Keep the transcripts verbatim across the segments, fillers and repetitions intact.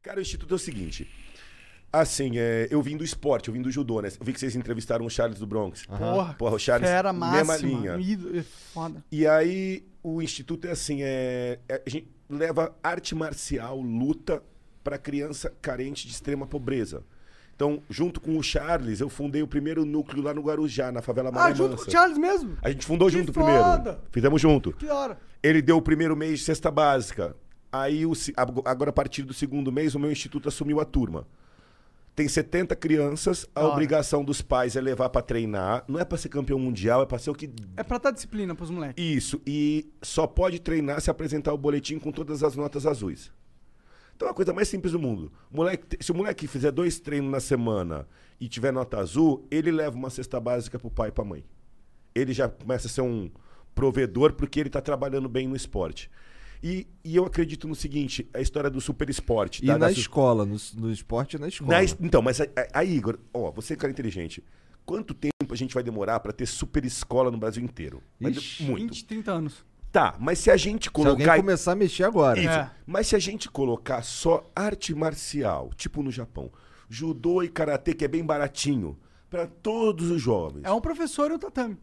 Cara, o Instituto é o seguinte. Assim, é, eu vim do esporte, eu vim do judô, né? Eu vi que vocês entrevistaram o Charles do Bronx. Uhum. Porra, Porra, o Charles, fera mesma máxima, linha. ídolo, foda. E aí, o Instituto é assim, é, é, a gente leva arte marcial, luta para criança carente de extrema pobreza. Então, junto com o Charles, eu fundei o primeiro núcleo lá no Guarujá, na favela Maré Ah, junto Mansa. com o Charles mesmo? A gente fundou Que junto foda. primeiro. Fizemos junto. Que hora. Ele deu o primeiro mês de cesta básica. Aí, o, agora, a partir do segundo mês, o meu instituto assumiu a turma. Tem setenta crianças, a Da hora. obrigação dos pais é levar pra treinar. Não é pra ser campeão mundial, é pra ser o que... É pra dar disciplina pros moleques. Isso, e só pode treinar se apresentar o boletim com todas as notas azuis. Então é a coisa mais simples do mundo. Moleque, se o moleque fizer dois treinos na semana e tiver nota azul, ele leva uma cesta básica pro pai e pra mãe. Ele já começa a ser um provedor porque ele tá trabalhando bem no esporte. E, e eu acredito no seguinte, a história do super esporte. E da, na da escola, no, no esporte e na escola. Na es- então, mas aí, Igor, ó, você é um cara inteligente. Quanto tempo a gente vai demorar pra ter super escola no Brasil inteiro? Vai de- Ixi, muito. vinte, trinta anos. Tá, mas se a gente Se colocar... alguém começar a mexer agora. Isso. É. Mas se a gente colocar só arte marcial, tipo no Japão, judô e karatê, que é bem baratinho, pra todos os jovens. É um professor e um tatame.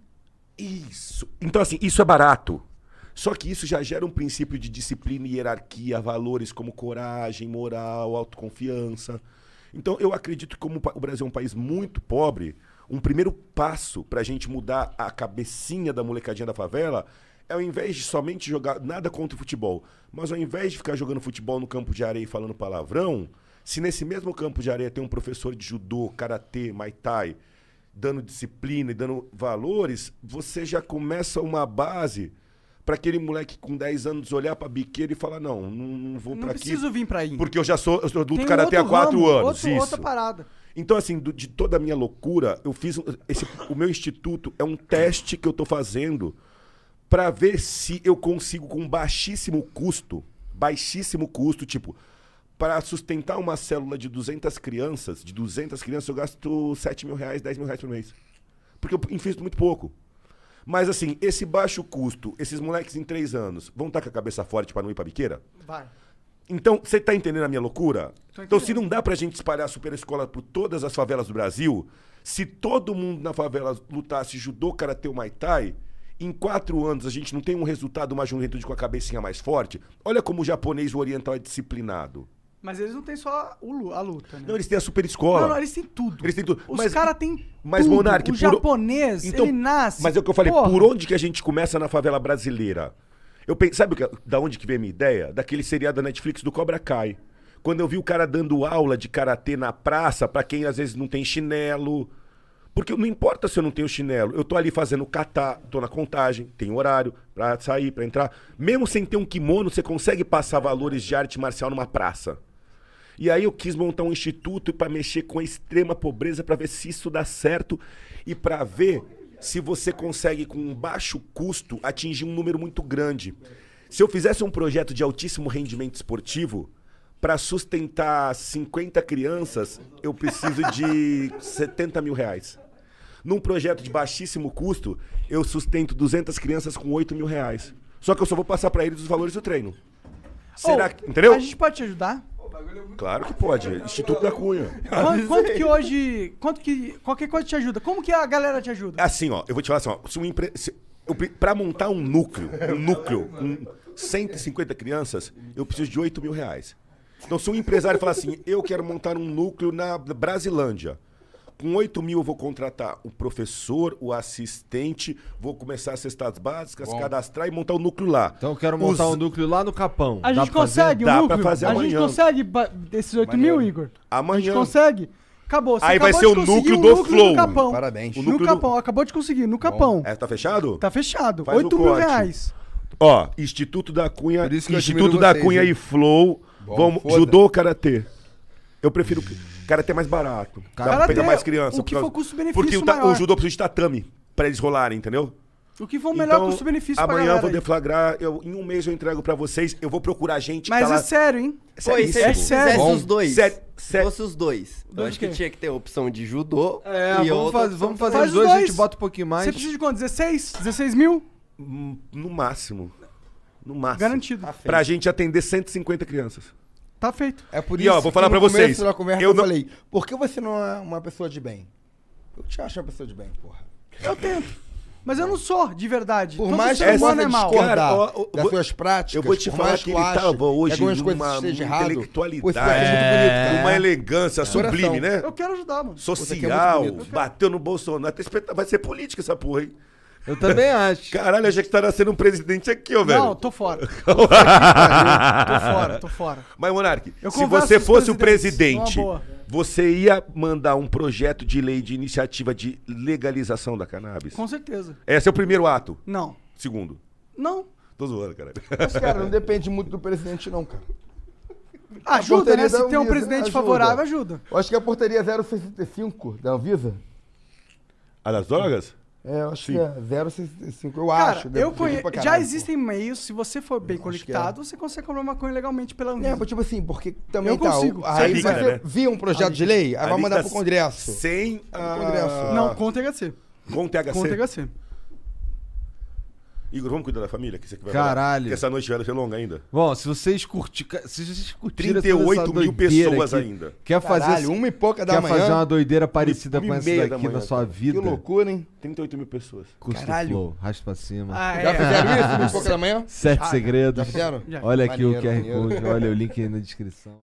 Isso. Então, assim, isso é barato. Só que isso já gera um princípio de disciplina e hierarquia, valores como coragem, moral, autoconfiança. Então, eu acredito que como o Brasil é um país muito pobre, um primeiro passo pra gente mudar a cabecinha da molecadinha da favela é, ao invés de somente jogar nada contra o futebol, mas ao invés de ficar jogando futebol no campo de areia e falando palavrão, se nesse mesmo campo de areia tem um professor de judô, karatê, muay thai, dando disciplina e dando valores, você já começa uma base para aquele moleque com dez anos olhar pra biqueira e falar, não, não, não vou Não pra aqui, preciso vir pra aí. porque eu já sou, eu sou adulto Tem um karatê há outro quatro ramo, anos. outro- isso. outra parada. Então, assim, do- de toda a minha loucura, eu fiz. um- Esse, o meu instituto é um teste que eu tô fazendo para ver se eu consigo, com baixíssimo custo, baixíssimo custo, tipo, para sustentar uma célula de duzentas crianças, de duzentas crianças, eu gasto sete mil reais, dez mil reais por mês. Porque eu invisto muito pouco. Mas, assim, esse baixo custo, esses moleques em três anos, vão estar com a cabeça forte para não ir pra biqueira? Vai. Então, você tá entendendo a minha loucura? Tô Então, se entendendo. não dá pra gente espalhar a super escola por todas as favelas do Brasil, se todo mundo na favela lutasse judô, karatê ou muay thai, em quatro anos a gente não tem um resultado, uma juventude com a cabecinha mais forte, olha como o japonês o oriental é disciplinado. Mas eles não têm só o lu- a luta, né? Não, eles têm a super escola. Não, não, eles têm tudo. Eles têm tudo. Os Mas- caras têm mas, tudo. Monark, o por- japonês, Então, ele nasce... Mas é o que eu falei, Porra. por onde que a gente começa na favela brasileira? Eu pense, sabe o que, da onde que veio a minha ideia? Daquele seriado da Netflix do Cobra Kai. Quando eu vi o cara dando aula de karatê na praça, pra quem às vezes não tem chinelo. Porque não importa se eu não tenho chinelo, eu tô ali fazendo kata, tô na contagem, tem horário pra sair, pra entrar. Mesmo sem ter um kimono, você consegue passar valores de arte marcial numa praça. E aí eu quis montar um instituto para mexer com a extrema pobreza, para ver se isso dá certo e para ver se você consegue, com um baixo custo, atingir um número muito grande. Se eu fizesse um projeto de altíssimo rendimento esportivo, para sustentar cinquenta crianças, eu preciso de setenta mil reais. Num projeto de baixíssimo custo, eu sustento duzentas crianças com oito mil reais. Só que eu só vou passar para eles os valores do treino. Será Ô, que... Entendeu? A gente pode te ajudar? Claro que pode. Instituto da Cunha. Quanto, quanto que hoje... Quanto que... Qualquer coisa te ajuda. Como que a galera te ajuda? Assim, ó, eu vou te falar assim, ó, se um empre... se eu, pre- pra montar um núcleo, um núcleo com cento e cinquenta crianças, eu preciso de oito mil reais. Então, se um empresário falar assim, eu quero montar um núcleo na Brasilândia, com oito mil eu vou contratar o professor, o assistente, vou começar as cestas básicas, Bom. cadastrar e montar o núcleo lá. Então eu quero montar Os- um núcleo lá no Capão. A Dá gente pra fazer? consegue Dá o pra núcleo? fazer a gente amanhã. consegue ba- desses oito mil, Maneiro. Igor? Amanhã. A gente consegue? Acabou. Você Aí vai acabou ser de o conseguir núcleo um do núcleo Flow. No Capão. Parabéns. O No núcleo do- Capão, acabou de conseguir. No Capão. É, tá fechado? Tá fechado. Faz o oito mil corte. reais. Ó, Instituto da Cunha, Por isso que eu Instituto admiro da vocês, Cunha hein? e Flow, Bom, vamos, foda. judô ou karatê? Eu prefiro karatê mais barato. Dá pra Karatê, pegar mais criança. o que por causa- for custo-benefício Porque o, ta- maior. o judô precisa de tatame pra eles rolarem, entendeu? O que for o melhor Então, custo-benefício pra amanhã eu galera vou aí. deflagrar, eu, em um mês eu entrego pra vocês, eu vou procurar gente que Mas tá é lá... sério, hein? Pô, e se É ele sério. fizesse Bom. os dois? Sério, Se sério. fosse os dois. Eu Dois acho que quê? tinha que ter a opção de judô É, e vamos, outra fazer, opção vamos fazer Faz os os dois, a dois. gente bota um pouquinho mais. Você precisa de quanto? dezesseis? dezesseis mil? Hum, No máximo. No máximo. Garantido. Tá feito. Pra gente atender cento e cinquenta crianças. Tá feito. É por E, isso ó, vou falar que no pra vocês, começo da conversa eu eu, não- falei, por que você não é uma pessoa de bem? Eu te acho uma pessoa de bem, porra. Eu tento. Mas eu não sou, de verdade. Por Todo mais que ser eu humano possa é mal. discordar Cara, ó, ó, das vou- suas práticas, eu vou te por falar mais que ele eu ache tava hoje que algumas coisas numa estejam errado, intelectualidade. pô, isso daqui é muito bonito, cara. Uma elegância sublime, Coração. né? Eu quero ajudar, mano. Social, muito bonito. bateu no Bolsonaro. Até espeta- Vai ser política essa porra, hein? Eu também acho. Caralho, a gente tá nascendo um presidente aqui, ó, velho. Não, tô fora. tô fora, tô fora. Mas, Monark, Eu se converso você com os fosse o presidentes, presidente, uma boa. você ia mandar um projeto de lei de iniciativa de legalização da cannabis? Com certeza. Esse é o primeiro ato. Não. Segundo. Não. Tô zoando, caralho. Mas, cara, não depende muito do presidente, não, cara. Ajuda, portaria né? Se da tem um Anvisa presidente ajuda. favorável, ajuda. Eu acho que a portaria zero sessenta e cinco da Anvisa. A das drogas? É, eu acho Sim. que é zero sessenta e cinco, eu Cara, acho. eu deve ser conheço. pra Já caralho, existem meios, se você for bem Eu acho que conectado, você consegue comprar maconha legalmente pela pô. Anvisa. É, mas tipo assim, porque também Eu tá. consigo. Aí Você você liga, né? via um projeto de lei, aí vai Ali mandar tá pro Congresso. Sem a... Congresso. Não, com T H C. Com T H C. Com T H C. Igor, vamos cuidar da família? Que você que vai Caralho. falar? Que essa noite vai ser longa ainda. Bom, se vocês curtir, se vocês curtirem trinta e oito toda essa mil doideira pessoas aqui, ainda. Quer fazer, Caralho, uma e pouca da quer manhã. fazer uma doideira parecida uma e com essa meia da daqui manhã, na sua cara. vida? Que loucura, hein? trinta e oito mil pessoas. Custo Caralho. Flow, raspa pra cima. Ah, Já é. fizeram isso? Uma e pouca da manhã? Sete Ah, segredos. Já fizeram? Já. Olha aqui o Maneiro, Q R maneiro. Code, olha o link aí na descrição.